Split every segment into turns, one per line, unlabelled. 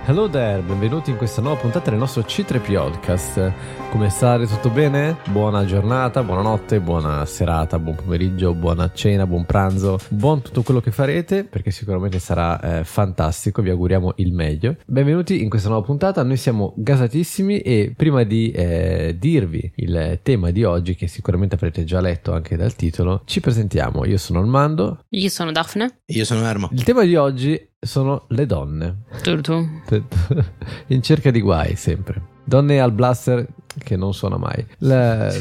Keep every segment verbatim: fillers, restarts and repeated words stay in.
Hello there, benvenuti in questa nuova puntata del nostro C tre Podcast. Come state? Tutto bene? Buona giornata, buonanotte, buona serata, buon pomeriggio, buona cena, buon pranzo, buon tutto quello che farete, perché sicuramente sarà eh, fantastico, vi auguriamo il meglio. Benvenuti in questa nuova puntata, noi siamo gasatissimi e prima di eh, dirvi il tema di oggi, che sicuramente avrete già letto anche dal titolo, ci presentiamo. Io sono Armando.
Io sono Daphne.
E io sono Ermo.
Il tema di oggi sono le donne.
Tu, tu.
In cerca di guai sempre. Donne al blaster che non suona mai. La...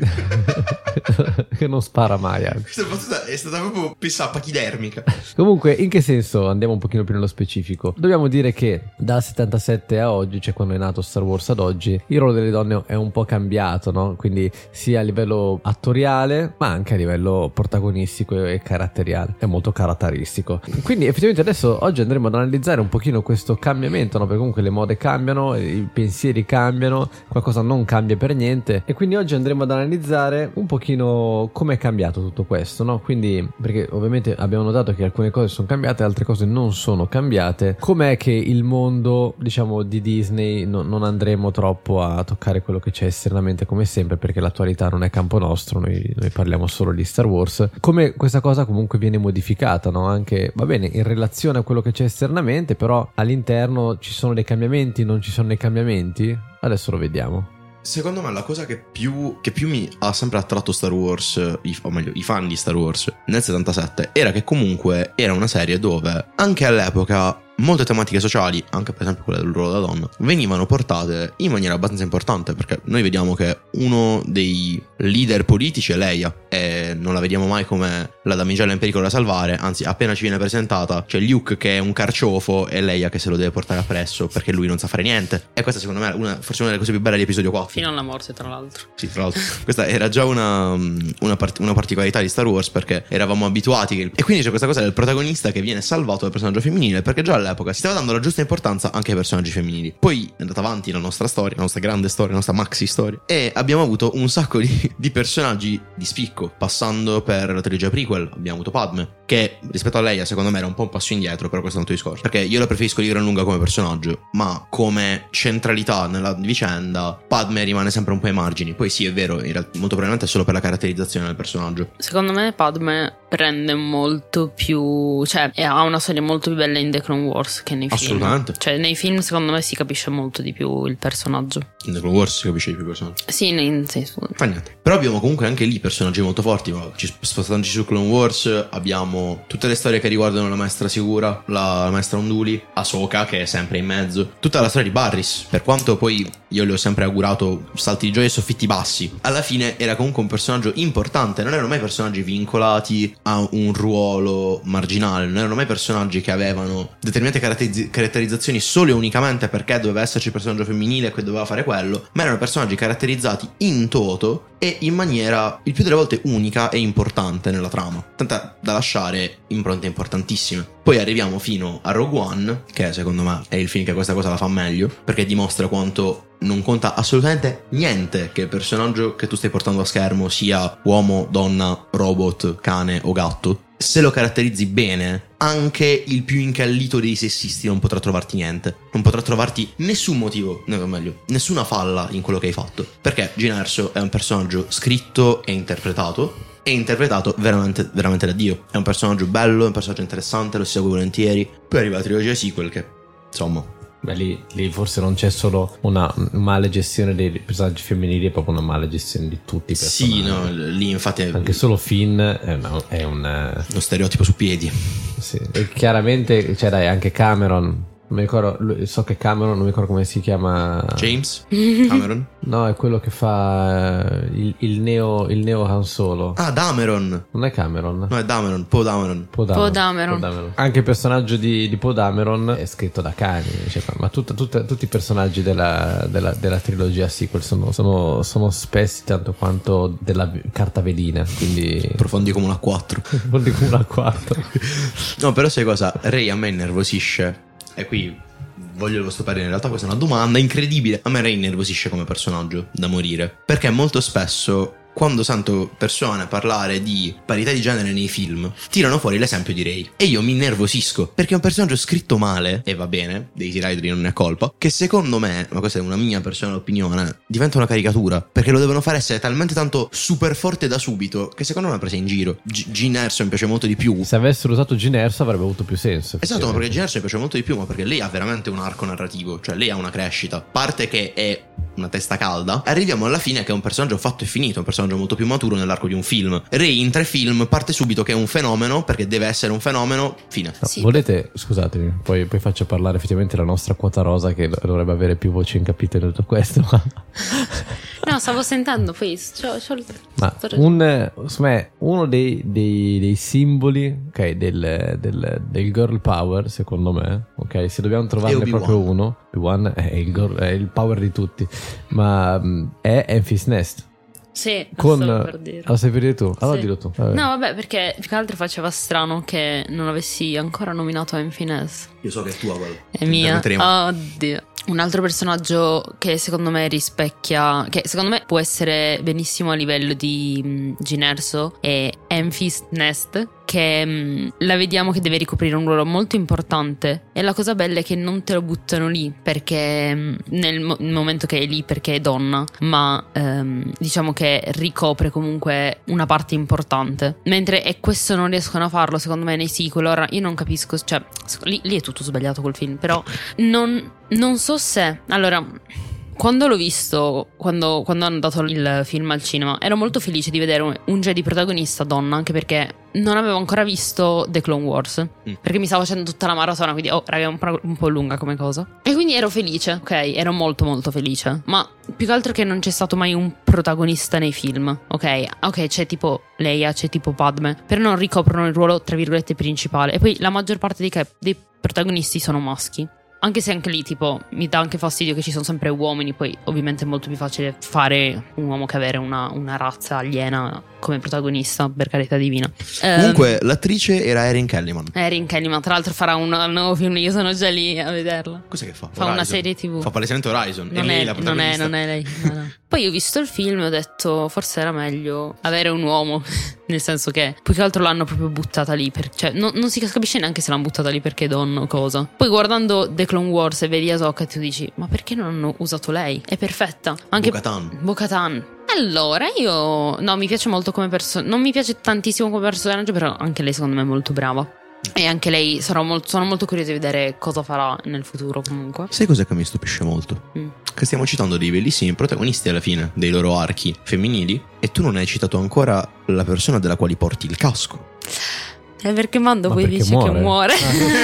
che non spara mai anche.
Questa battuta è stata proprio pensata pachidermica.
Comunque, in che senso? Andiamo un pochino più nello specifico. Dobbiamo dire che dal settantasette a oggi, cioè quando è nato Star Wars ad oggi, il ruolo delle donne è un po' cambiato, no? Quindi sia a livello attoriale, ma anche a livello protagonistico e caratteriale. È molto caratteristico. Quindi effettivamente adesso, oggi andremo ad analizzare un pochino questo cambiamento, no? Perché comunque le mode cambiano, i pensieri cambiano, qualcosa non cambia per niente, e quindi oggi andremo ad analizzare un pochino come è cambiato tutto questo, no? Quindi, perché ovviamente abbiamo notato che alcune cose sono cambiate, altre cose non sono cambiate. Com'è che il mondo, diciamo, di Disney, no, non andremo troppo a toccare quello che c'è esternamente come sempre, perché l'attualità non è campo nostro, noi, noi parliamo solo di Star Wars. Come questa cosa comunque viene modificata, no? Anche, va bene, in relazione a quello che c'è esternamente, però all'interno ci sono dei cambiamenti, non ci sono dei cambiamenti? Adesso lo vediamo.
Secondo me la cosa che più, che più mi ha sempre attratto Star Wars, i, o meglio i fan di Star Wars nel settantasette, era che comunque era una serie dove anche all'epoca molte tematiche sociali, anche per esempio quella del ruolo della donna, venivano portate in maniera abbastanza importante, perché noi vediamo che uno dei leader politici è Leia, e non la vediamo mai come la damigella in pericolo da salvare, anzi appena ci viene presentata c'è Luke che è un carciofo e Leia che se lo deve portare appresso perché lui non sa fare niente. E questa secondo me è una, forse una delle cose più belle di episodio quattro.
Fino alla morte, tra l'altro.
Sì, tra l'altro. Questa era già una, una, part- una particolarità di Star Wars, perché eravamo abituati che... E quindi c'è questa cosa del protagonista che viene salvato dal personaggio femminile, perché già all'epoca si stava dando la giusta importanza anche ai personaggi femminili. Poi è andata avanti la nostra storia, la nostra grande storia, la nostra maxi storia, e abbiamo avuto un sacco di, di personaggi di spicco, passando per la trilogia prequel. Abbiamo avuto Padme, che rispetto a Leia secondo me era un po' un passo indietro, però questo è un altro discorso, perché io la preferisco di gran lunga come personaggio, ma come centralità nella vicenda Padme rimane sempre un po' ai margini. Poi sì, è vero, in realtà, molto probabilmente è solo per la caratterizzazione del personaggio.
Secondo me Padme prende molto più, cioè ha una storia molto più bella in The Clone Wars che nei film.
Assolutamente.
Cioè nei film secondo me si capisce molto di più il personaggio.
In The Clone Wars si capisce di più il personaggio.
Sì, nei, sì,
fa niente. Però abbiamo comunque anche lì personaggi molto forti, ma ci spostandoci su Clone Wars abbiamo tutte le storie che riguardano la maestra Sicura, la, la maestra Unduli, Ahsoka che è sempre in mezzo, tutta la storia di Barris, per quanto poi io le ho sempre augurato salti di gioia e soffitti bassi, alla fine era comunque un personaggio importante, non erano mai personaggi vincolati a un ruolo marginale, non erano mai personaggi che avevano determinate caratterizz- caratterizzazioni solo e unicamente perché doveva esserci il personaggio femminile che doveva fare quello, ma erano personaggi caratterizzati in toto e in maniera il più delle volte unica e importante nella trama, tant'è da lasciare impronte importantissime. Poi arriviamo fino a Rogue One, che secondo me è il film che questa cosa la fa meglio, perché dimostra quanto non conta assolutamente niente che il personaggio che tu stai portando a schermo sia uomo, donna, robot, cane o gatto. Se lo caratterizzi bene, anche il più incallito dei sessisti non potrà trovarti niente, non potrà trovarti nessun motivo, no, meglio, nessuna falla in quello che hai fatto, perché Jyn Erso è un personaggio scritto e interpretato, e interpretato veramente, veramente da Dio. È un personaggio bello, è un personaggio interessante, lo si segue volentieri. Poi arriva la trilogia sequel che, insomma...
Beh, lì, lì forse non c'è solo una male gestione dei personaggi femminili, è proprio una male gestione di tutti i personaggi.
Sì, no, lì infatti è...
Anche solo Finn è, una, è un...
uno stereotipo su piedi.
Sì, e chiaramente, cioè dai, anche Cameron... Non mi ricordo, so che Cameron, non mi ricordo come si chiama.
James Cameron?
No, è quello che fa il, il neo il neo Han Solo.
Ah, Dameron.
Non è Cameron?
No, è Dameron, Poe Dameron.
Poe Dameron. Dameron.
Poe Dameron. Anche il personaggio di, di Poe Dameron è scritto da cani, cioè, ma tutta, tutta, tutti i personaggi della, della, della trilogia sequel sono, sono, sono spessi tanto quanto della carta velina, quindi
profondi come una quattro.
Profondi come una quattro.
No, però sai cosa? Rey a me innervosisce. E qui voglio stupare, in realtà questa è una domanda incredibile. A me Rey innervosisce come personaggio da morire, perché molto spesso quando sento persone parlare di parità di genere nei film, tirano fuori l'esempio di Rey. E io mi innervosisco, perché è un personaggio scritto male, e va bene, Daisy Ridley non ne è colpa, che secondo me, ma questa è una mia personale opinione, diventa una caricatura, perché lo devono fare essere talmente tanto super forte da subito, che secondo me è presa in giro. G- Jyn Erso mi piace molto di più.
Se avessero usato Jyn Erso avrebbe avuto più senso.
Esatto, ma perché Jyn Erso mi piace molto di più, ma perché lei ha veramente un arco narrativo, cioè lei ha una crescita. Parte che è una testa calda, arriviamo alla fine che è un personaggio fatto e finito, un personaggio molto più maturo nell'arco di un film. Rey in tre film parte subito che è un fenomeno, perché deve essere un fenomeno, fine.
No,
Sì.
Volete, scusatemi, poi, poi faccio parlare effettivamente la nostra quota rosa, che dovrebbe avere più voci in capitolo di tutto questo. Ma,
No, stavo sentendo, poi c'ho, c'ho il...
ma un, secondo me, uno dei, dei, dei simboli, ok, del, del, del girl power, secondo me, ok, se dobbiamo trovarne proprio uno, Obi-Wan è il, girl, è il power di tutti, ma um, è Enfys Nest.
Sì,
Con,
stavo per dire.
ah, sai per dire tu? Allora
Sì.
dillo tu. Vabbè.
No, vabbè, perché più che altro faceva strano che non avessi ancora nominato Enfys Nest.
Io so che è tua, quello.
È mia. Oddio. Un altro personaggio che secondo me rispecchia, che secondo me può essere benissimo a livello di mh, Jyn Erso, è Enfys Nest, che mh, la vediamo che deve ricoprire un ruolo molto importante, e la cosa bella è che non te lo buttano lì perché mh, nel, mo- nel momento che è lì perché è donna, ma ehm, diciamo che ricopre comunque una parte importante, mentre e questo non riescono a farlo secondo me nei sequel. Ora io non capisco, cioè lì, lì è tutto sbagliato col film, però non, non so se allora quando l'ho visto, quando, quando hanno dato il film al cinema, ero molto felice di vedere un, un Jedi protagonista donna, anche perché non avevo ancora visto The Clone Wars, mm. perché mi stavo facendo tutta la maratona, quindi oh raga, è un, po', un po' lunga come cosa, e quindi ero felice, ok, ero molto molto felice, ma più che altro che non c'è stato mai un protagonista nei film, ok, ok, c'è tipo Leia, c'è tipo Padme, però non ricoprono il ruolo tra virgolette principale, e poi la maggior parte dei, dei protagonisti sono maschi. Anche se anche lì tipo mi dà anche fastidio che ci sono sempre uomini, poi ovviamente è molto più facile fare un uomo che avere una, una razza aliena come protagonista, per carità divina.
Comunque um, l'attrice era Erin Kellyman.
Erin Kellyman, tra l'altro farà un nuovo film, io sono già lì a vederla.
Cos'è che fa?
Fa
Horizon.
Una serie tv.
Fa palesemente Horizon.
Non,
è
è,
lei la
non è, non è lei. No, no. Poi ho visto il film e ho detto forse era meglio avere un uomo, nel senso che più che altro l'hanno proprio buttata lì, per, cioè non, non si capisce neanche se l'hanno buttata lì perché è donna o cosa. Poi guardando The Clone Wars e vedi Ahsoka, tu dici ma perché non hanno usato lei? È perfetta. Anche
Bo-Katan.
Bo-Katan. Allora io no, mi piace molto come personaggio, non mi piace tantissimo come personaggio, però anche lei secondo me è molto brava. E anche lei sarò molto, sono molto curiosa di vedere cosa farà nel futuro comunque.
Sai cosa che mi stupisce molto? Mm. Che stiamo citando dei bellissimi protagonisti alla fine dei loro archi femminili, e tu non hai citato ancora la persona della quale porti il casco.
È perché Mando
Ma
poi
perché
dice
muore.
che muore.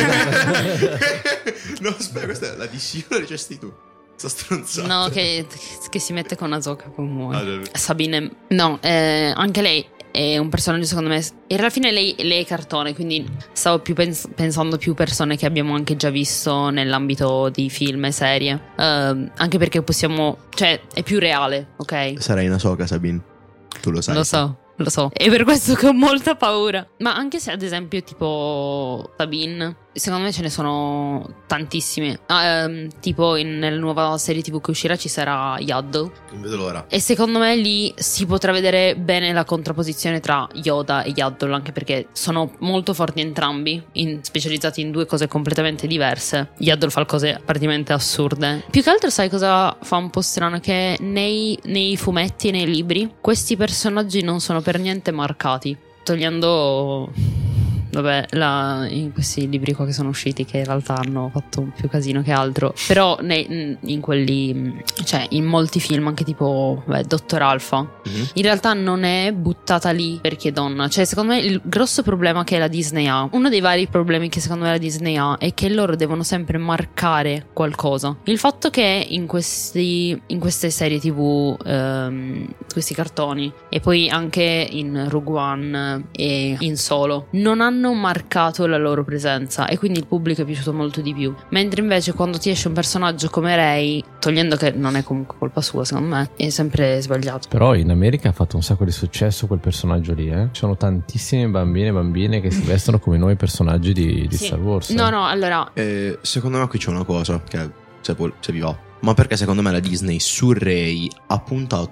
No, aspetta, questa è la dissione recesti tu. Sta stronzata.
No, che, che si mette con Ahsoka poi muore.
Ah,
Sabine. No, eh, anche lei è un personaggio secondo me. E alla fine lei, lei è cartone, quindi stavo più pens- pensando più persone che abbiamo anche già visto nell'ambito di film e serie. Uh, anche perché possiamo, cioè è più reale, ok?
Sarai in Ahsoka, Sabine. Tu lo sai.
Lo so. Lo so, è per questo che ho molta paura. Ma anche se ad esempio tipo Sabine, secondo me ce ne sono tantissime. Ah, um, tipo in, nella nuova serie tv che uscirà ci sarà Yaddle.
Non vedo l'ora.
E secondo me lì si potrà vedere bene la contrapposizione tra Yoda e Yaddle, anche perché sono molto forti entrambi, in, specializzati in due cose completamente diverse. Yaddle fa cose praticamente assurde. Più che altro sai cosa fa un po' strano? Che nei, nei fumetti e nei libri questi personaggi non sono per niente marcati, togliendo vabbè la, in questi libri qua che sono usciti, che in realtà hanno fatto più casino che altro, però nei, in quelli, cioè in molti film anche tipo beh, Dottor Alpha, mm-hmm. in realtà non è buttata lì perché è donna. Cioè secondo me il grosso problema che la Disney ha, uno dei vari problemi che secondo me la Disney ha, è che loro devono sempre marcare qualcosa. Il fatto che in questi in queste serie tv ehm, questi cartoni e poi anche in Rogue One e in Solo non hanno marcato la loro presenza, e quindi il pubblico è piaciuto molto di più. Mentre invece quando ti esce un personaggio come Rey, togliendo che non è comunque colpa sua secondo me, è sempre sbagliato.
Però in America ha fatto un sacco di successo quel personaggio lì, eh? Ci sono tantissime bambine e bambine che si vestono come noi personaggi di, di
sì.
Star Wars.
No no allora
eh, secondo me qui c'è una cosa che se, se vi va, ma perché secondo me la Disney su Rey ha puntato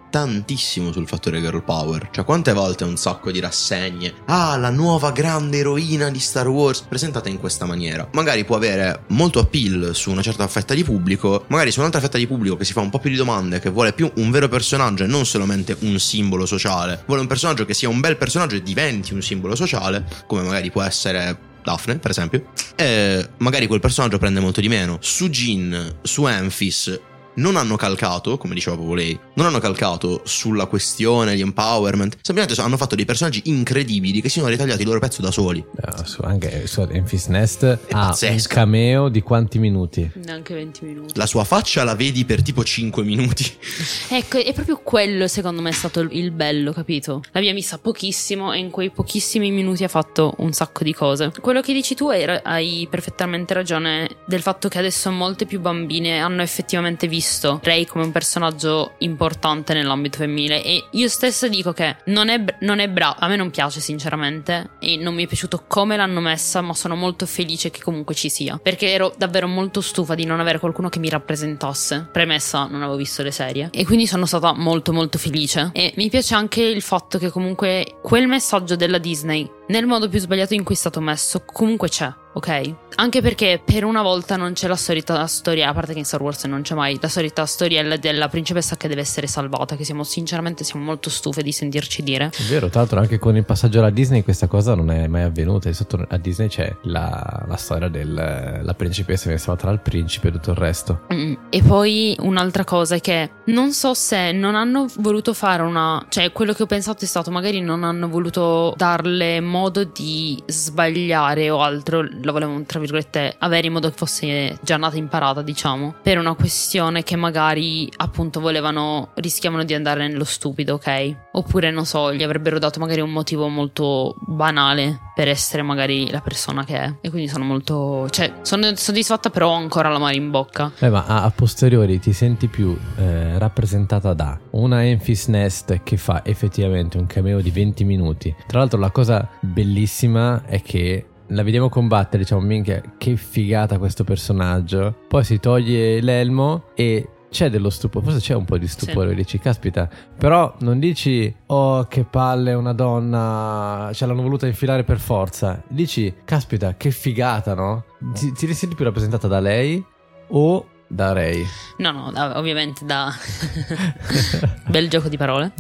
tantissimo sul fattore girl power. Cioè, quante volte un sacco di rassegne, ah, la nuova grande eroina di Star Wars, presentata in questa maniera, magari può avere molto appeal su una certa fetta di pubblico, magari su un'altra fetta di pubblico che si fa un po' più di domande, che vuole più un vero personaggio e non solamente un simbolo sociale, vuole un personaggio che sia un bel personaggio e diventi un simbolo sociale, come magari può essere Daphne, per esempio, e magari quel personaggio prende molto di meno. Su Jyn, su Enfys non hanno calcato, come diceva proprio lei, non hanno calcato sulla questione di empowerment, semplicemente hanno fatto dei personaggi incredibili che si sono ritagliati il loro pezzo da soli.
No, su, anche su Enfys Nest
È
ha
pazzesca.
un cameo di quanti minuti?
Neanche venti minuti.
La sua faccia la vedi per tipo cinque minuti.
Ecco, è proprio quello secondo me è stato il bello, capito? L'abbiamo vista pochissimo e in quei pochissimi minuti ha fatto un sacco di cose. Quello che dici tu hai, hai perfettamente ragione del fatto che adesso molte più bambine hanno effettivamente visto Rey come un personaggio importante nell'ambito femminile, e io stessa dico che non è, non è brava, a me non piace sinceramente e non mi è piaciuto come l'hanno messa, ma sono molto felice che comunque ci sia, perché ero davvero molto stufa di non avere qualcuno che mi rappresentasse. Premessa, non avevo visto le serie e quindi sono stata molto molto felice, e mi piace anche il fatto che comunque quel messaggio della Disney, nel modo più sbagliato in cui è stato messo, comunque c'è, ok? Anche perché per una volta non c'è la solita storia, a parte che in Star Wars non c'è mai la solita storiella della principessa che deve essere salvata, che siamo sinceramente siamo molto stufe di sentirci dire.
È vero, tra l'altro anche con il passaggio alla Disney questa cosa non è mai avvenuta, e sotto a Disney c'è la, la storia della principessa che viene salvata dal principe e tutto il resto.
Mm. E poi un'altra cosa è che non so se non hanno voluto fare una, cioè quello che ho pensato è stato magari non hanno voluto darle modo di sbagliare o altro, la volevano tra virgolette avere in modo che fosse già nata imparata, diciamo, per una questione che magari appunto volevano, rischiavano di andare nello stupido, ok? Oppure non so, gli avrebbero dato magari un motivo molto banale per essere magari la persona che è, e quindi sono molto, cioè sono soddisfatta, però ho ancora l'amaro in bocca.
Eh, ma a, a posteriori ti senti più eh, rappresentata da una Enfys Nest che fa effettivamente un cameo di venti minuti. Tra l'altro la cosa bellissima è che la vediamo combattere, diciamo, minchia, che figata questo personaggio. Poi si toglie l'elmo e c'è dello stupore, forse c'è un po' di stupore, sì. Dici, caspita, però non dici, oh che palle, una donna, ce l'hanno voluta infilare per forza. Dici, caspita, che figata, no? Ti, ti senti più rappresentata da lei o da Rey?
No, no, da, ovviamente da bel gioco di parole.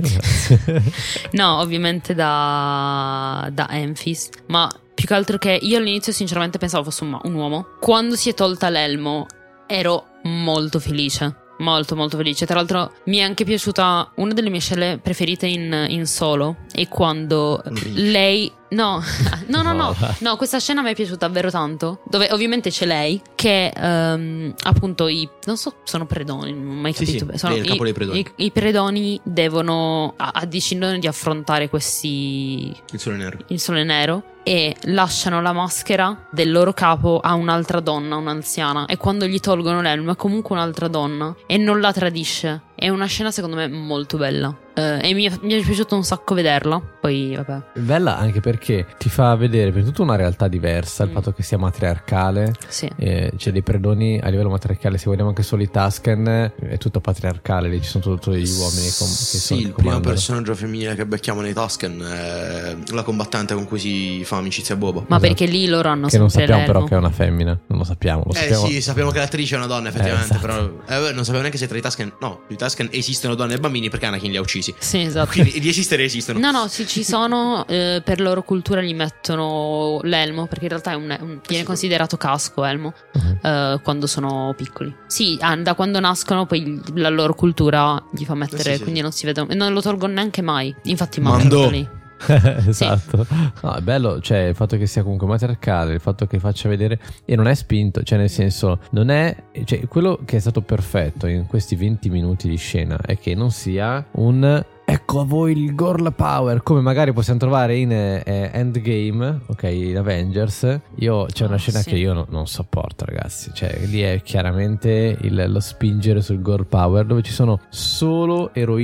No, ovviamente da da Enfys, ma più che altro che io all'inizio sinceramente pensavo fosse un, un uomo. Quando si è tolta l'elmo ero molto felice, molto molto felice. Tra l'altro mi è anche piaciuta una delle mie scene preferite in, in Solo, è quando lei No, no, no, no, no, questa scena mi è piaciuta davvero tanto, dove ovviamente c'è lei che um, appunto i, non so, sono predoni, non ho mai
sì,
capito
sì,
sono
il capo
i,
dei predoni.
I, i predoni devono a, a decidono di affrontare questi
il sole nero
il sole nero e lasciano la maschera del loro capo a un'altra donna, un'anziana, e quando gli tolgono l'elmo è comunque un'altra donna e non la tradisce. È una scena secondo me molto bella, uh, e mi è, mi è piaciuto un sacco vederla. Poi vabbè,
bella anche perché ti fa vedere prima di tutto una realtà diversa, mm. il fatto che sia matriarcale,
sì.
eh, c'è dei predoni a livello matriarcale, se vogliamo anche solo i Tusken è tutto patriarcale, lì ci sono tutti gli uomini com- che
sì,
sono
il primo personaggio femminile che becchiamo nei Tusken è la combattente con cui si fa amicizia Boba.
Ma
esatto.
Perché lì loro hanno
che non
sempre
sappiamo
l'elmo.
Però che è una femmina, non lo sappiamo, lo
eh
sappiamo.
sì, sappiamo che l'attrice è una donna effettivamente,
eh, esatto.
però eh, non sappiamo neanche se tra i Tusken, no, i Tusken esistono donne e bambini perché Anakin li ha uccisi.
Sì, esatto.
Quindi di esistere esistono.
No, no, sì, ci sono, eh, per loro cultura gli mettono l'elmo, perché in realtà è un, un, viene considerato casco elmo, uh-huh. eh, quando sono piccoli. Sì, ah, da quando nascono poi la loro cultura gli fa mettere, eh sì, quindi sì. non si vedono, non lo tolgono neanche mai. Infatti Mando lì.
Esatto, sì. No, è bello, cioè il fatto che sia comunque matriarcale, il fatto che faccia vedere e non è spinto, cioè nel senso non è, cioè quello che è stato perfetto in questi venti minuti di scena è che non sia un ecco a voi il girl power come magari possiamo trovare in eh, Endgame, ok, in Avengers. Io c'è una scena sì. che io no, non sopporto, ragazzi, cioè lì è chiaramente il, lo spingere sul girl power, dove ci sono solo eroine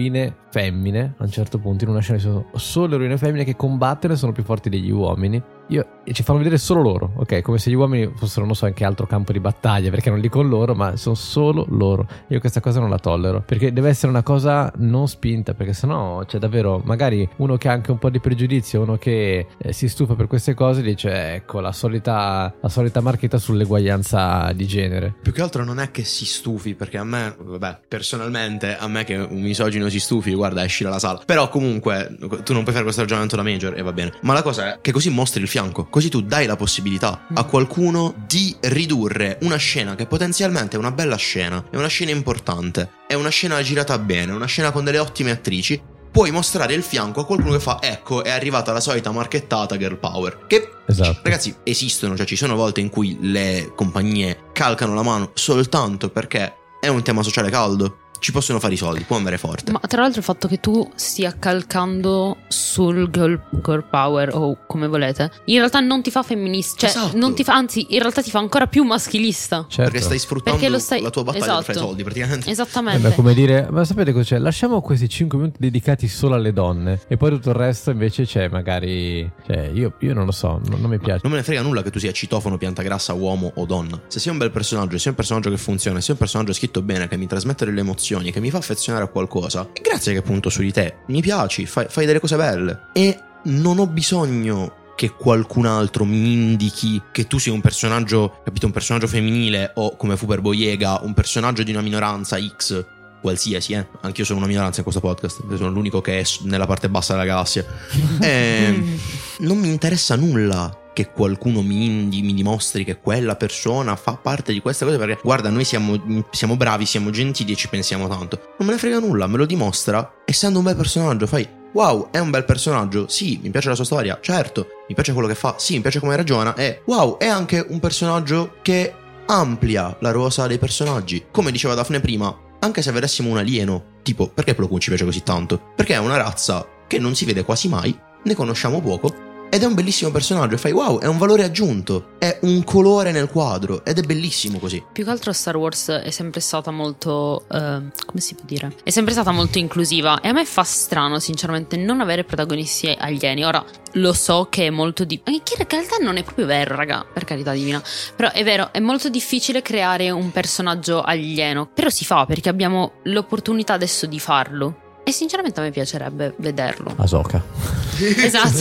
femmine. A un certo punto in una scena ci sono solo eroine femmine che combattono e sono più forti degli uomini. Io, e ci fanno vedere solo loro, ok? Come se gli uomini fossero, non so, anche altro campo di battaglia, perché non lì con loro, ma sono solo loro. Io questa cosa non la tollero, perché deve essere una cosa non spinta, perché sennò c'è davvero magari uno che ha anche un po' di pregiudizio, uno che eh, si stufa per queste cose, dice ecco la solita la solita marchetta sull'eguaglianza di genere.
Più che altro non è che si stufi, perché a me, vabbè, personalmente a me che un misogino si stufi, guarda, esci dalla sala. Però comunque tu non puoi fare questo ragionamento da major e va bene. Ma la cosa è che così mostri il fianco, così tu dai la possibilità a qualcuno di ridurre una scena che potenzialmente è una bella scena, è una scena importante, è una scena girata bene, una scena con delle ottime attrici. Puoi mostrare il fianco a qualcuno che fa ecco è arrivata la solita marchettata girl power, che
esatto.
Ragazzi esistono, cioè ci sono volte in cui le compagnie calcano la mano soltanto perché è un tema sociale caldo. Ci possono fare i soldi, può andare forte.
Ma tra l'altro il fatto che tu stia calcando sul girl, girl power o come volete, in realtà non ti fa femminista, cioè
esatto.
non ti fa, anzi in realtà ti fa ancora più maschilista.
Certo.
Perché stai sfruttando
Perché lo stai...
la tua battaglia
esatto.
per fare soldi praticamente.
Esattamente.
Eh beh, come dire, ma sapete cosa c'è? Lasciamo questi cinque minuti dedicati solo alle donne e poi tutto il resto invece c'è magari, cioè io, io non lo so, non, non mi piace.
Non me ne frega nulla che tu sia citofono, piantagrassa, uomo o donna. Se sei un bel personaggio, se sei un personaggio che funziona, se sei un personaggio scritto bene, che mi trasmette delle emozioni, che mi fa affezionare a qualcosa, e grazie che punto su di te, mi piaci, fai, fai delle cose belle e non ho bisogno che qualcun altro mi indichi che tu sia un personaggio, capito, un personaggio femminile o come fu per Boyega un personaggio di una minoranza X qualsiasi, eh. Anch'io sono una minoranza in questo podcast, sono l'unico che è nella parte bassa della galassia. E non mi interessa nulla che qualcuno mi indi, mi dimostri che quella persona fa parte di queste cose, perché guarda, noi siamo, siamo bravi, siamo gentili e ci pensiamo tanto. Non me ne frega nulla, me lo dimostra essendo un bel personaggio. Fai wow, è un bel personaggio, sì, mi piace la sua storia, certo, mi piace quello che fa, sì, mi piace come ragiona, e wow, è anche un personaggio che amplia la rosa dei personaggi. Come diceva Daphne prima, anche se vedessimo un alieno, tipo, perché Plo Koon ci piace così tanto? Perché è una razza che non si vede quasi mai, ne conosciamo poco, ed è un bellissimo personaggio. E fai wow, è un valore aggiunto, è un colore nel quadro, ed è bellissimo così.
Più che altro Star Wars è sempre stata molto uh, come si può dire? È sempre stata molto inclusiva. E a me fa strano sinceramente non avere protagonisti alieni. Ora lo so che è molto di... che in realtà non è proprio vero, raga, per carità divina. Però è vero, è molto difficile creare un personaggio alieno. Però si fa, perché abbiamo l'opportunità adesso di farlo. E sinceramente a me piacerebbe vederlo.
Ahsoka.
Esatto.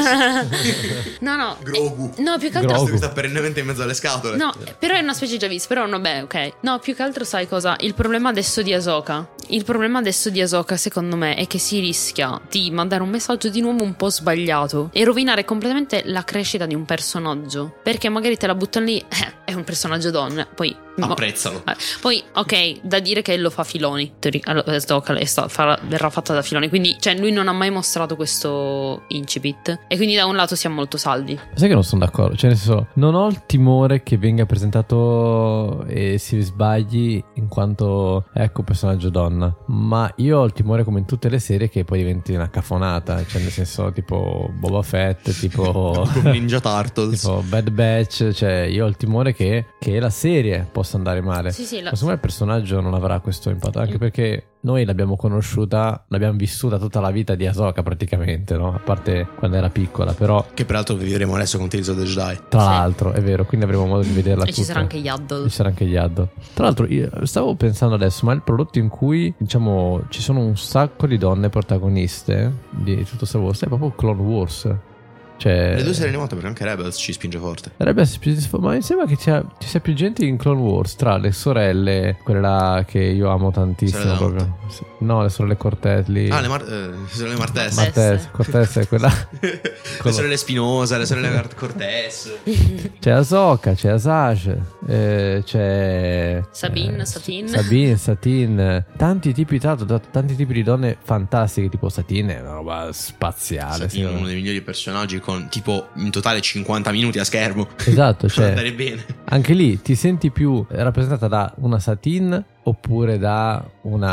No, no.
Grogu.
Eh, no, più che altro
Grogu.
Sta perennemente in mezzo alle scatole.
No, però è una specie già vista. Però vabbè, ok. No, più che altro sai cosa? Il problema adesso di Ahsoka Il problema adesso di Ahsoka secondo me è che si rischia di mandare un messaggio di nuovo un po' sbagliato e rovinare completamente la crescita di un personaggio, perché magari te la buttano lì, eh, è un personaggio donna, poi
apprezzalo.
Eh, poi ok, da dire che lo fa Filoni. Allora, Ahsoka è sta, farà, verrà fatta da Filoni, quindi cioè lui non ha mai mostrato questo incipit e quindi da un lato siamo molto saldi.
Sai che non sono d'accordo, cioè nel senso, non ho il timore che venga presentato e si sbagli in quanto ecco personaggio donna, ma io ho il timore, come in tutte le serie, che poi diventi una cafonata, cioè nel senso tipo Boba Fett, tipo
Ninja Turtles,
tipo Bad Batch, cioè io ho il timore che, che la serie possa andare male.
Sì, sì, la...
ma secondo me il personaggio non avrà questo impatto, anche perché noi l'abbiamo conosciuta, l'abbiamo vissuta tutta la vita di Ahsoka praticamente, no? A parte quando era piccola, però
che peraltro vivremo adesso con Tales of the Jedi.
tra
Sì.
l'altro è vero, quindi avremo modo di vederla
E
tutta.
ci sarà anche Yaddle.
Ci sarà anche Yaddle. Tra l'altro io stavo pensando adesso, ma il prodotto in cui diciamo ci sono un sacco di donne protagoniste di tutto Star Wars è proprio Clone Wars. Cioè,
Le due serie animate, perché anche Rebels ci spinge forte.
Rebels, ma mi sembra che ci sia, ci sia più gente in Clone Wars, tra le sorelle, quelle là che io amo tantissimo
Sorelle
proprio. Sì. No, le sorelle Cortez lì.
Ah, le, Mar- eh, le sorelle Martez.
Mar-
Martez, Cortez è quella.
Le sorelle Spinosa, le sorelle Cortez.
C'è Ahsoka, c'è Asajj, eh, c'è
Sabine,
eh,
Satine.
Sabine, Satine, tanti tipi, tra l'altro, tanti tipi di donne fantastiche, tipo Satine è una roba spaziale.
Satine è uno dei migliori personaggi, con tipo in totale cinquanta minuti a schermo.
Esatto,
Per
cioè
andare bene.
anche lì ti senti più rappresentata da una Satine oppure da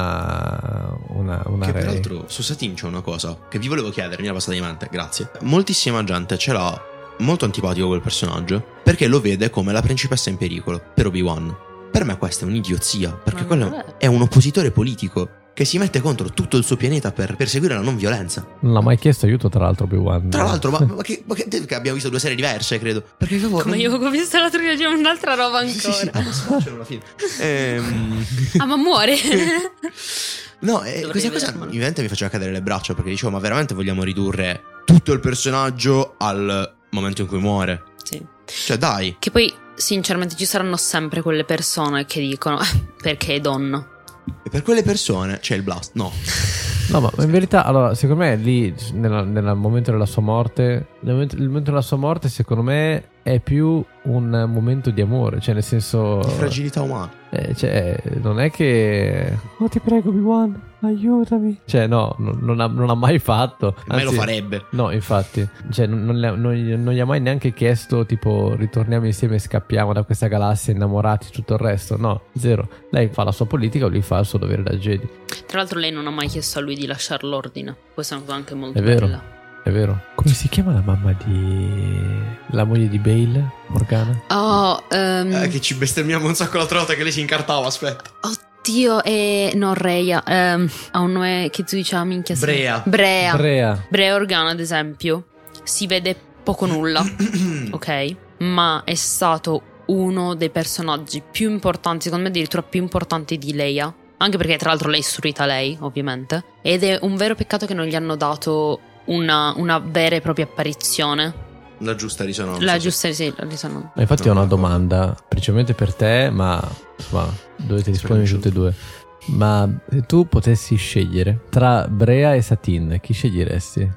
una una, una
Che
Rey.
peraltro su Satine c'è una cosa che vi volevo chiedere, mi era passata di mente, grazie. Moltissima gente ce l'ha molto antipatico quel personaggio perché lo vede come la principessa in pericolo per Obi-Wan. Per me questa è un'idiozia, perché
Ma
quello
vabbè.
è un oppositore politico che si mette contro tutto il suo pianeta per perseguire la non violenza.
Non ha mai chiesto aiuto, tra l'altro, Obi-Wan.
Tra l'altro, ma, ma, che, ma che, che abbiamo visto due serie diverse, credo. Perché
Come
non...
io ho visto la trilogia, un'altra roba ancora.
Sì, sì, sì, alla fine. Ehm...
Ah, ma muore.
No, eh,
Dovrei
questa cosa
vedermelo.
ovviamente mi faceva cadere le braccia, perché dicevo, ma veramente vogliamo ridurre tutto il personaggio al momento in cui muore?
Sì.
Cioè, dai.
Che poi, sinceramente, ci saranno sempre quelle persone che dicono perché è donna.
E per quelle persone c'è il blast. No.
No, ma in verità, allora, secondo me lì, nella- nel momento della sua morte, nel momento, il momento della sua morte, secondo me, è più un momento di amore. Cioè, nel senso...
Di fragilità umana.
Eh, cioè, non è che... Oh, ti prego, Obi-Wan, aiutami. Cioè, no, non, non, ha, non ha mai fatto.
A me lo
Anzi,
farebbe.
No, infatti. Cioè, non, non, le ha- non gli- non gli ha mai neanche chiesto, tipo, ritorniamo insieme e scappiamo da questa galassia innamorati, tutto il resto. No, zero. Lei fa la sua politica, lui fa il suo dovere da Jedi.
Tra l'altro lei non ha mai chiesto a lui di lasciare l'ordine. Questa è una cosa anche molto
È vero.
bella.
È vero. Come si chiama la mamma di... la moglie di Bale? Morgana?
Oh, ehm,
Eh, che ci bestemmiamo un sacco l'altra volta che lei si incartava, aspetta.
oddio, è... no, Reia. ehm, ha un nome che tu dici, ah, minchia. sì.
Brea.
Brea.
Brea.
Brea Organa, ad esempio, si vede poco nulla, ok? Ma è stato uno dei personaggi più importanti, secondo me addirittura più importanti di Leia. Anche perché tra l'altro lei è istruita lei, ovviamente. Ed è un vero peccato che non gli hanno dato una, una vera e propria apparizione.
La giusta risonanza.
La
sì.
giusta, sì, la risonanza.
Ma infatti
No,
ho una
no.
domanda, principalmente per te, ma insomma, dovete rispondere tutte e due. Ma se tu potessi scegliere tra Brea e Satine, chi sceglieresti?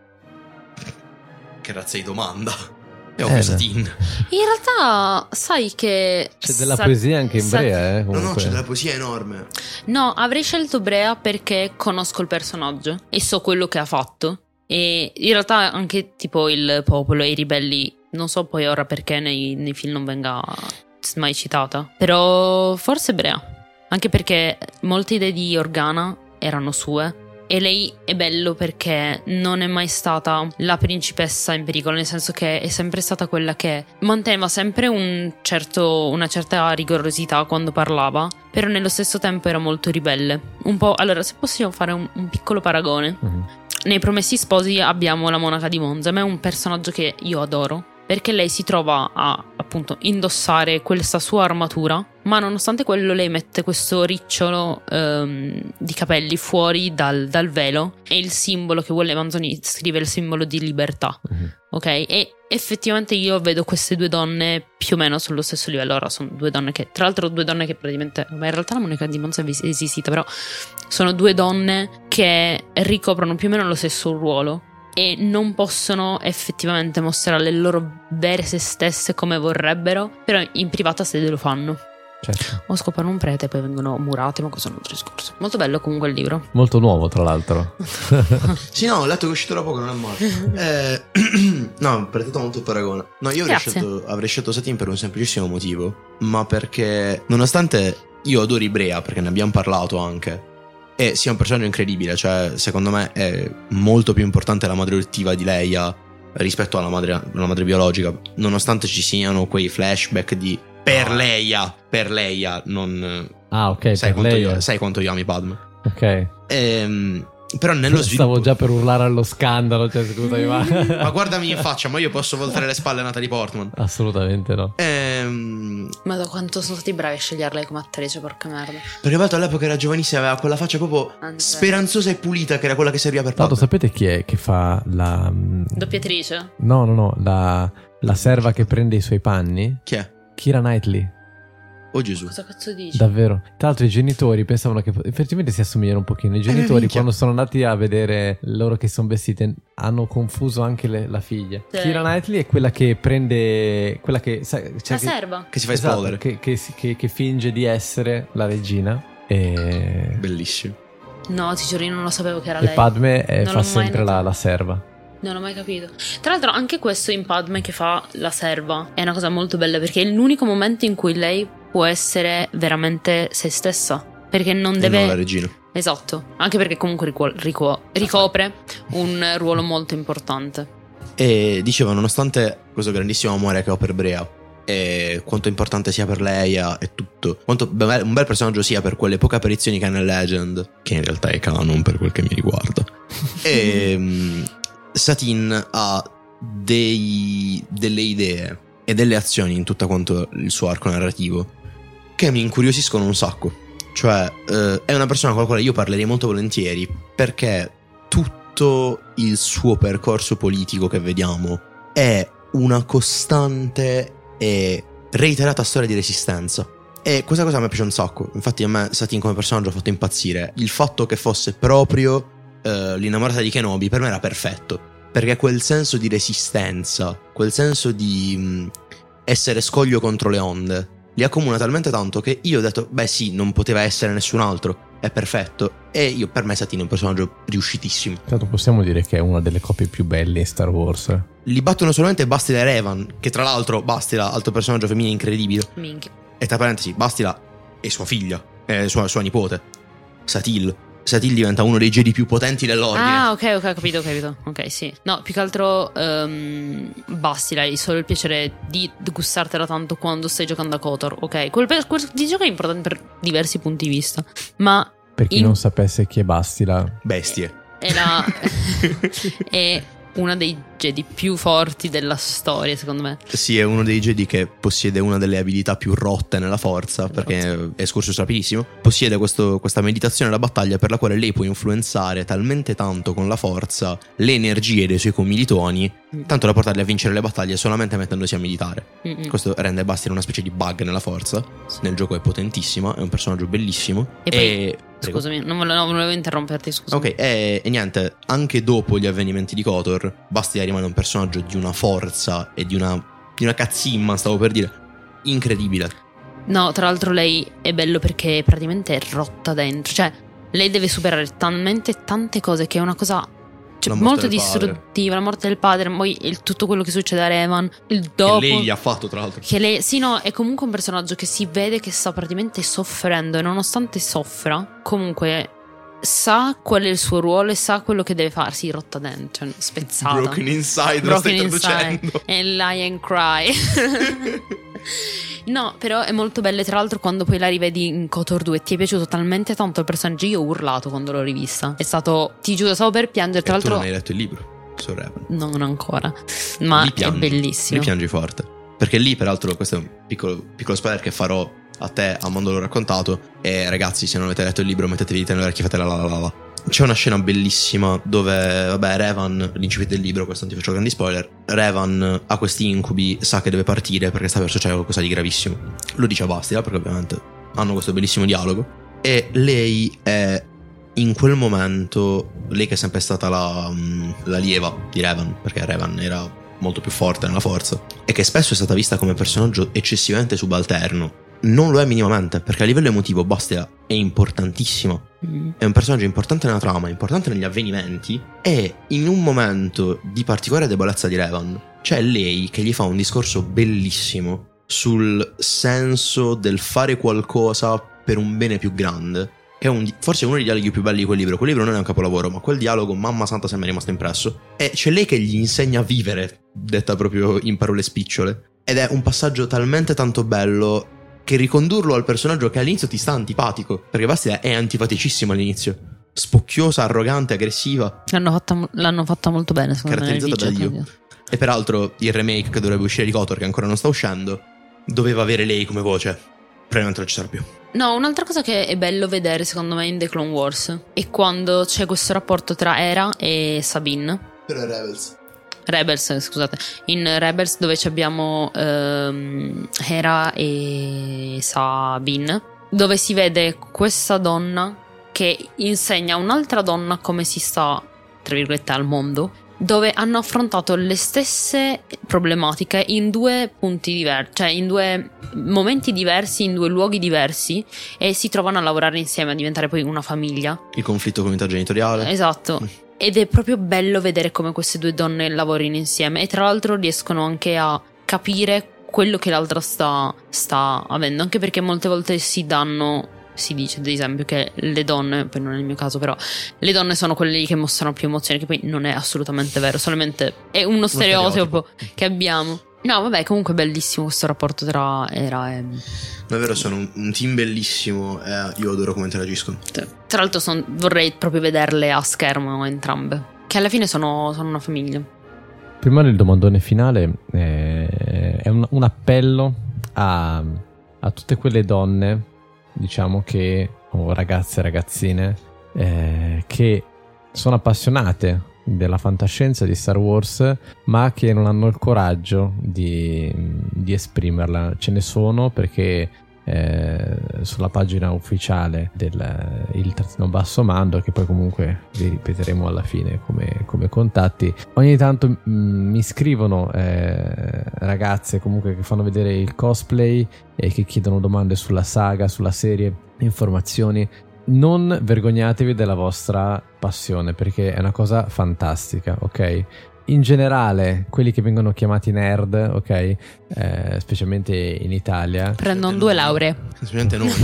Che razza di domanda. E ho
Eh,
Satine.
In realtà, sai che...
C'è della
Sa-
poesia anche in
Sa-
Brea, eh?
No, no,
Comunque.
c'è della poesia enorme.
No, avrei scelto Brea perché conosco il personaggio e so quello che ha fatto. E in realtà anche tipo il popolo e i ribelli, non so poi ora perché nei, nei film non venga mai citata. Però forse Brea. Anche perché molte idee di Organa erano sue. E lei è bello perché non è mai stata la principessa in pericolo, nel senso che è sempre stata quella che manteneva sempre un certo, una certa rigorosità quando parlava, però nello stesso tempo era molto ribelle. Un po', allora, se possiamo fare un, un piccolo paragone.
Mhm.
Nei Promessi Sposi abbiamo la monaca di Monza, ma è un personaggio che io adoro, perché lei si trova a, appunto, indossare questa sua armatura, ma nonostante quello lei mette questo ricciolo ehm, di capelli fuori dal, dal velo, e il simbolo che vuole Manzoni scrive il simbolo di libertà,
Mhm.
ok? E effettivamente io vedo queste due donne più o meno sullo stesso livello. Ora sono due donne che, tra l'altro due donne che praticamente, ma in realtà la monaca di Monza è esistita, però sono due donne che ricoprono più o meno lo stesso ruolo e non possono effettivamente mostrare le loro vere se stesse come vorrebbero, però in privata se lo fanno.
Certo.
O scoprono un prete e poi vengono murate, ma questo è un altro discorso. Molto bello comunque il libro.
Molto nuovo, tra l'altro.
Sì, no, ho letto che è uscito da poco, non è male. eh, no, per tutto molto il paragone. No, io avrei
Grazie.
scelto, avrei scelto Satine per un semplicissimo motivo. Ma perché, nonostante io adori Brea, perché ne abbiamo parlato anche, e sia un personaggio incredibile, cioè secondo me è molto più importante la madre adottiva di Leia rispetto alla madre, alla madre biologica, nonostante ci siano quei flashback di per Leia, per Leia, non...
Ah, ok,
sai,
per
quanto
lei.
io, sai quanto io ami Padme.
Ok.
Ehm, però nello sviluppo...
Stavo già per urlare allo scandalo, cioè scusami, ma...
Ma guardami in faccia, ma io posso voltare le spalle a Natalie Portman.
Assolutamente no.
Ehm,
Ma da quanto sono stati bravi a sceglierla come attrice, porca merda.
perché Pato all'epoca era giovanissima, aveva quella faccia proprio
Andrea.
speranzosa e pulita, che era quella che serviva per
Tanto
Padme.
sapete chi è che fa la...
Doppiatrice?
No, no, no, la, la serva che prende i suoi panni?
Chi è?
Keira Knightley.
Oh Gesù.
Cosa cazzo dici?
Davvero. Tra l'altro i genitori pensavano che effettivamente si assomigliano un pochino. I genitori
minchia.
quando sono andati a vedere loro che sono vestite hanno confuso anche le- la figlia.
Sì.
Keira Knightley è quella che prende... Quella che... Sai, cioè
La
che,
serva?
Che si fa
esatto,
esplodere.
che, che, si- che- che finge di essere la regina. E,
Bellissimo.
No, ti giuro, io non lo sapevo che era
e
lei.
Padme eh,
Non
fa
l'ho mai
sempre la,
notato.
la serva.
Non ho mai capito. Tra l'altro anche questo in Padme che fa la serva è una cosa molto bella, perché è l'unico momento in cui lei può essere veramente se stessa, perché non
E
deve...
non la regina.
Esatto, anche perché comunque rico- rico- ricopre un ruolo molto importante.
E dicevo, nonostante questo grandissimo amore che ho per Brea, e quanto importante sia per Leia e tutto, quanto be- un bel personaggio sia per quelle poche apparizioni che ha nel Legend, che in realtà è canon per quel che mi riguarda. E um, Satine ha dei, delle idee e delle azioni in tutto quanto il suo arco narrativo che mi incuriosiscono un sacco. Cioè uh, è una persona con la quale io parlerei molto volentieri, perché tutto il suo percorso politico che vediamo è una costante e reiterata storia di resistenza, e questa cosa mi piace un sacco. Infatti a me Satine come personaggio ha fatto impazzire. Il fatto che fosse proprio uh, l'innamorata di Kenobi per me era perfetto, perché quel senso di resistenza, quel senso di mh, essere scoglio contro le onde li accomuna talmente tanto che io ho detto beh sì, non poteva essere nessun altro, è perfetto. E io, per me Satine è un personaggio riuscitissimo.
Tanto possiamo dire che è una delle coppie più belle in Star Wars.
Li battono solamente Bastila e Revan, che tra l'altro Bastila, altro personaggio femminile incredibile.
Minchia.
E tra parentesi, Bastila è sua figlia, è sua, sua nipote. Satil Satil diventa uno dei Jedi più potenti dell'ordine.
Ah, ok, ok, ho capito, ho capito. Ok, sì. No, più che altro um, Bastila, hai solo il piacere di gustartela tanto quando stai giocando a KOTOR, ok? Quel, quel di gioco è importante per diversi punti di vista, ma
per chi
in...
non sapesse chi è Bastila,
bestie.
È la è una dei Jedi più forti della storia, secondo me.
Sì, è uno dei Jedi che possiede una delle abilità più rotte nella forza, perché è escursus rapidissimo. Possiede questo, questa meditazione alla battaglia per la quale lei può influenzare talmente tanto con la forza le energie dei suoi commilitoni, tanto da portarli a vincere le battaglie solamente mettendosi a meditare. Mm-mm. Questo rende Bastila una specie di bug nella forza. Sì. Nel gioco è potentissima, è un personaggio bellissimo.
E,
e...
poi scusami, non volevo, non volevo interromperti, scusami.
Ok, e, e niente, anche dopo gli avvenimenti di KOTOR, Bastila rimane un personaggio di una forza e di una, di una cazzimma, stavo per dire, incredibile. No,
tra l'altro lei è bello perché praticamente è rotta dentro. Cioè, lei deve superare talmente tante cose che è una cosa, cioè, molto distruttiva. La morte del padre, poi il, tutto quello che succede a Revan, il dopo,
che lei gli ha fatto, tra l'altro. Che lei,
sì, no, è comunque un personaggio che si vede che sta praticamente soffrendo, e nonostante soffra, comunque sa qual è il suo ruolo e sa quello che deve farsi, rotta dentro, cioè, spezzata.
Broken inside,
Broken
lo stai
inside,
traducendo.
e lie and cry. No, però è molto bella. Tra l'altro quando poi la rivedi in KOTOR due ti è piaciuto talmente tanto il personaggio, io ho urlato quando l'ho rivista. È stato, ti giuro, stavo per piangere. Tra
e
l'altro
tu non hai letto il libro su Revan?
No, non ancora. Ma è bellissimo.
Lì piangi forte, perché lì, peraltro, questo è un piccolo, piccolo spoiler che farò a te, a mondo l'ho raccontato. E ragazzi, se non avete letto il libro, mettetevi nelle orecchie, fate la la la la. C'è una scena bellissima dove, vabbè, Revan, l'incipit del libro, questo non ti faccio grandi spoiler, Revan ha questi incubi, sa che deve partire perché sta per succedere qualcosa di gravissimo. Lo dice a Bastila, perché ovviamente hanno questo bellissimo dialogo. E lei è, in quel momento, lei che è sempre stata la, la lieva di Revan, perché Revan era molto più forte nella forza, e che spesso è stata vista come personaggio eccessivamente subalterno, non lo è minimamente, perché a livello emotivo Bastila è importantissima. Mm. È un personaggio importante nella trama, importante negli avvenimenti, e in un momento di particolare debolezza di Revan c'è lei che gli fa un discorso bellissimo sul senso del fare qualcosa per un bene più grande, che è un, forse uno dei dialoghi più belli di quel libro. Quel libro non è un capolavoro, ma quel dialogo, mamma santa, se mi è rimasto impresso. E c'è lei che gli insegna a vivere, detta proprio in parole spicciole, ed è un passaggio talmente tanto bello che ricondurlo al personaggio che all'inizio ti sta antipatico, perché Bastila è antipaticissima all'inizio, spocchiosa, arrogante, aggressiva.
L'hanno fatta, l'hanno fatta molto bene, secondo me,
caratterizzata da Dio. E peraltro il remake che dovrebbe uscire di KOTOR, che ancora non sta uscendo, doveva avere lei come voce. Probabilmente non ci sarà più.
No, un'altra cosa che è bello vedere, secondo me, in The Clone Wars è quando c'è questo rapporto tra Hera e Sabine.
Però Rebels
Rebels, scusate. In Rebels, dove abbiamo ehm, Hera e Sabine, dove si vede questa donna che insegna a un'altra donna come si sta, tra virgolette, al mondo, dove hanno affrontato le stesse problematiche in due punti diversi, cioè in due momenti diversi, in due luoghi diversi, e si trovano a lavorare insieme, a diventare poi una famiglia.
Il conflitto con l'unità genitoriale.
Esatto. Ed è proprio bello vedere come queste due donne lavorino insieme, e tra l'altro riescono anche a capire quello che l'altra sta, sta avendo, anche perché molte volte si danno, si dice ad esempio che le donne, poi non è il mio caso, però le donne sono quelle che mostrano più emozioni, che poi non è assolutamente vero, solamente è uno stereotipo, uno stereotipo che abbiamo. No, vabbè, comunque bellissimo questo rapporto tra Hera e...
Davvero sono un, un team bellissimo e io adoro come interagiscono.
Tra l'altro son, vorrei proprio vederle a schermo entrambe, che alla fine sono, sono una famiglia.
Prima del domandone finale eh, è un, un appello a, a tutte quelle donne, diciamo che, o ragazze e ragazzine, eh, che sono appassionate della fantascienza di Star Wars, ma che non hanno il coraggio di, di esprimerla. Ce ne sono perché eh, sulla pagina ufficiale del il trattino basso mando, che poi comunque vi ripeteremo alla fine come, come contatti, ogni tanto mh, mi scrivono eh, ragazze comunque che fanno vedere il cosplay e che chiedono domande sulla saga, sulla serie, informazioni. Non vergognatevi della vostra passione, perché è una cosa fantastica, ok? In generale, quelli che vengono chiamati nerd, ok? Eh, specialmente in Italia,
prendono due lauree.
Specialmente noi.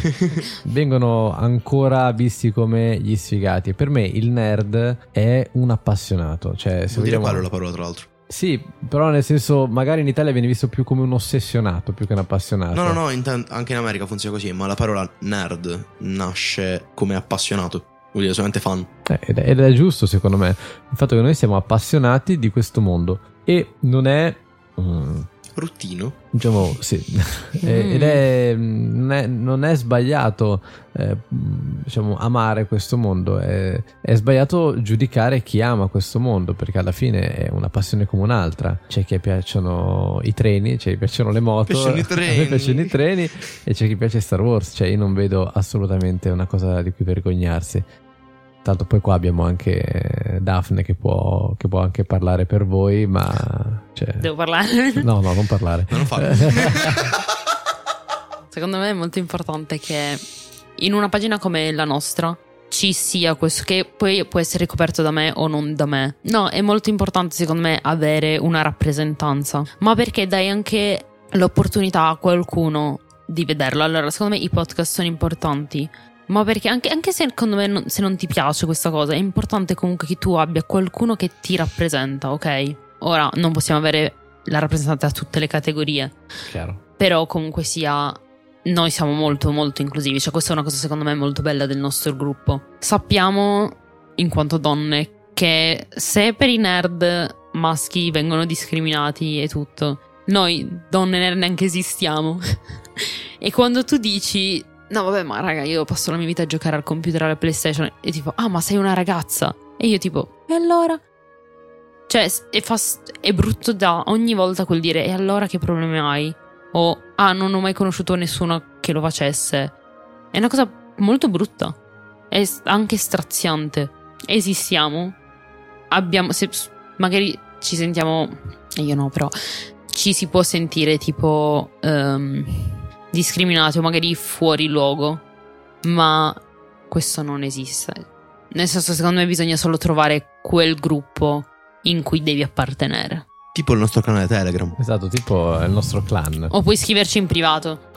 vengono ancora visti come gli sfigati. Per me il nerd è un appassionato. Cioè, se
Vuol dire
vogliamo...
quello la parola, tra l'altro.
Sì, però nel senso, magari in Italia viene visto più come un ossessionato, più che un appassionato.
No, no, no, intent- anche in America funziona così, ma la parola nerd nasce come appassionato, vuol dire solamente fan.
Eh, ed, è, ed è giusto secondo me il fatto che noi siamo appassionati di questo mondo e non è... Mm,
Ruttino.
diciamo sì eh, ed è non, è non è sbagliato eh, diciamo amare questo mondo, è, è sbagliato giudicare chi ama questo mondo, perché alla fine è una passione come un'altra. C'è chi piacciono i treni, c'è chi piacciono le moto,
Piacciono i treni.
a me piacciono i treni, e c'è chi piace Star Wars. Cioè io non vedo assolutamente una cosa di cui vergognarsi. Tanto poi qua abbiamo anche Daphne che può, che può anche parlare per voi, ma... Cioè...
Devo parlare?
No, no, non parlare.
No, non fa.
Secondo me è molto importante che in una pagina come la nostra ci sia questo, che poi può essere ricoperto da me o non da me. No, è molto importante secondo me avere una rappresentanza, ma perché dai anche l'opportunità a qualcuno di vederlo. Allora, secondo me i podcast sono importanti, ma perché anche, anche se secondo me non, se non ti piace questa cosa, è importante comunque che tu abbia qualcuno che ti rappresenta, ok? Ora non possiamo avere la rappresentante a tutte le categorie,
Chiaro.
però comunque sia, noi siamo molto molto inclusivi. Cioè questa è una cosa secondo me molto bella del nostro gruppo. Sappiamo in quanto donne che se per i nerd maschi vengono discriminati e tutto, noi donne nerd neanche esistiamo. E quando tu dici no vabbè, ma raga, io passo la mia vita a giocare al computer, alla PlayStation, e tipo ah ma sei una ragazza, e io tipo e allora? Cioè è, fast- è brutto da ogni volta quel dire e allora che problemi hai? O ah non ho mai conosciuto nessuno che lo facesse. È una cosa molto brutta, è anche straziante. Esistiamo, abbiamo, se magari ci sentiamo, io no però ci si può sentire tipo um, discriminati o magari fuori luogo, ma questo non esiste. Nel senso, secondo me bisogna solo trovare quel gruppo in cui devi appartenere.
Tipo il nostro canale Telegram.
Esatto, tipo il nostro clan.
O puoi scriverci in privato.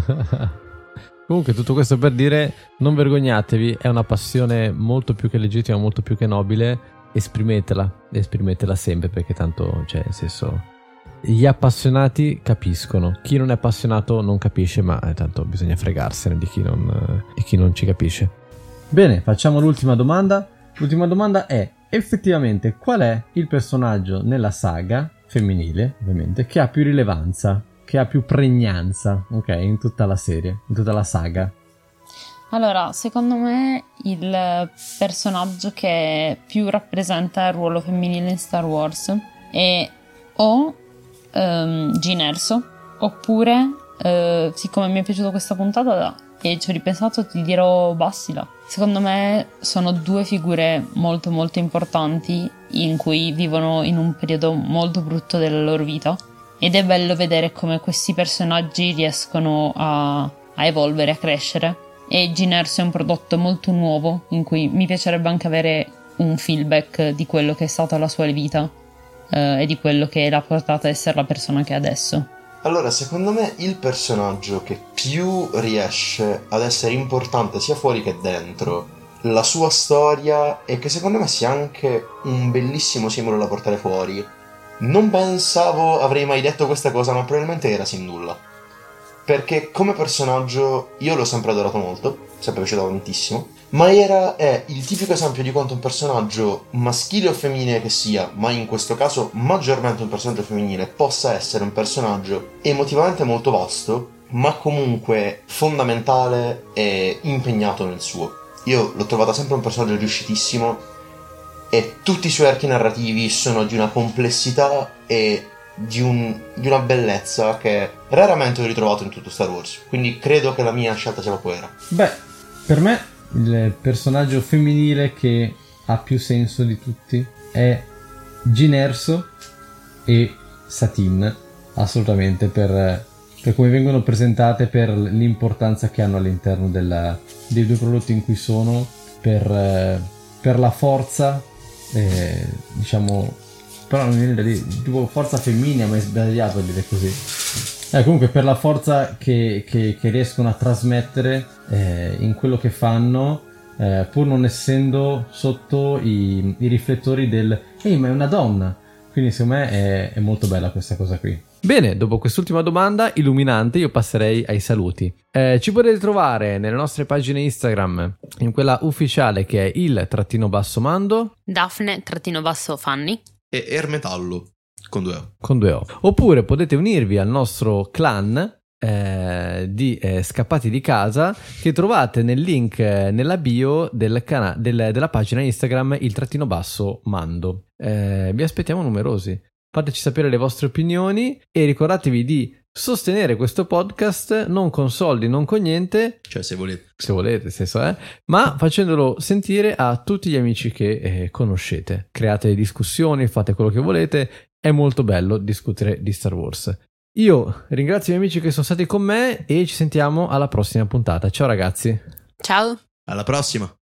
Comunque tutto questo per dire, non vergognatevi, è una passione molto più che legittima, molto più che nobile. Esprimetela, esprimetela sempre, perché tanto, cioè, nel senso, gli appassionati capiscono, chi non è appassionato non capisce, ma eh, tanto bisogna fregarsene di chi non, eh, di chi non ci capisce. Bene, facciamo l'ultima domanda. L'ultima domanda è: effettivamente qual è il personaggio nella saga femminile, ovviamente, che ha più rilevanza, che ha più pregnanza, ok, in tutta la serie, in tutta la saga?
Allora, secondo me il personaggio che più rappresenta il ruolo femminile in Star Wars è o um, Jyn Erso, oppure, uh, siccome mi è piaciuta questa puntata e ci ho ripensato, ti dirò Bastila. Secondo me sono due figure molto molto importanti in cui vivono in un periodo molto brutto della loro vita, ed è bello vedere come questi personaggi riescono a, a evolvere, a crescere. E Jyn Erso è un prodotto molto nuovo in cui mi piacerebbe anche avere un feedback di quello che è stata la sua vita eh, e di quello che l'ha portata a essere la persona che è adesso.
Allora, secondo me il personaggio che più riesce ad essere importante sia fuori che dentro, la sua storia, e che secondo me sia anche un bellissimo simbolo da portare fuori, Non pensavo avrei mai detto questa cosa, ma probabilmente era Syndulla. Perché come personaggio io l'ho sempre adorato molto, sempre piaciuto tantissimo, ma era è il tipico esempio di quanto un personaggio maschile o femminile che sia, ma in questo caso maggiormente un personaggio femminile, possa essere un personaggio emotivamente molto vasto, ma comunque fondamentale e impegnato nel suo. Io l'ho trovata sempre un personaggio riuscitissimo e tutti i suoi archi narrativi sono di una complessità e di, un, di una bellezza che raramente ho ritrovato in tutto Star Wars, quindi credo che la mia scelta sia proprio era.
Beh, per me il personaggio femminile che ha più senso di tutti è Jyn Erso e Satine, assolutamente, per, per come vengono presentate, per l'importanza che hanno all'interno della, dei due prodotti in cui sono, per, per la forza, eh, diciamo, però non viene da dire tipo forza femminile, ma è sbagliato a dire così. Eh, comunque per la forza che, che, che riescono a trasmettere eh, in quello che fanno, eh, pur non essendo sotto i, i riflettori del ehi, ma è una donna. Quindi secondo me è, è molto bella questa cosa qui. Bene, dopo quest'ultima domanda illuminante io passerei ai saluti. Eh, ci potete trovare nelle nostre pagine Instagram, in quella ufficiale che è il trattino basso mando,
Daphne trattino basso Fanny
e Ermetallo con due O.
Con due O. Oppure potete unirvi al nostro clan eh, di eh, Scappati di Casa, che trovate nel link eh, nella bio del cana- del, della pagina Instagram il trattino basso mando. Eh, vi aspettiamo numerosi. Fateci sapere le vostre opinioni e ricordatevi di sostenere questo podcast non con soldi, non con niente,
cioè se volete,
se volete, senso è, ma facendolo sentire a tutti gli amici che eh, conoscete. Create discussioni, fate quello che volete, è molto bello discutere di Star Wars. Io ringrazio i miei amici che sono stati con me e ci sentiamo alla prossima puntata. Ciao ragazzi.
Ciao.
Alla prossima.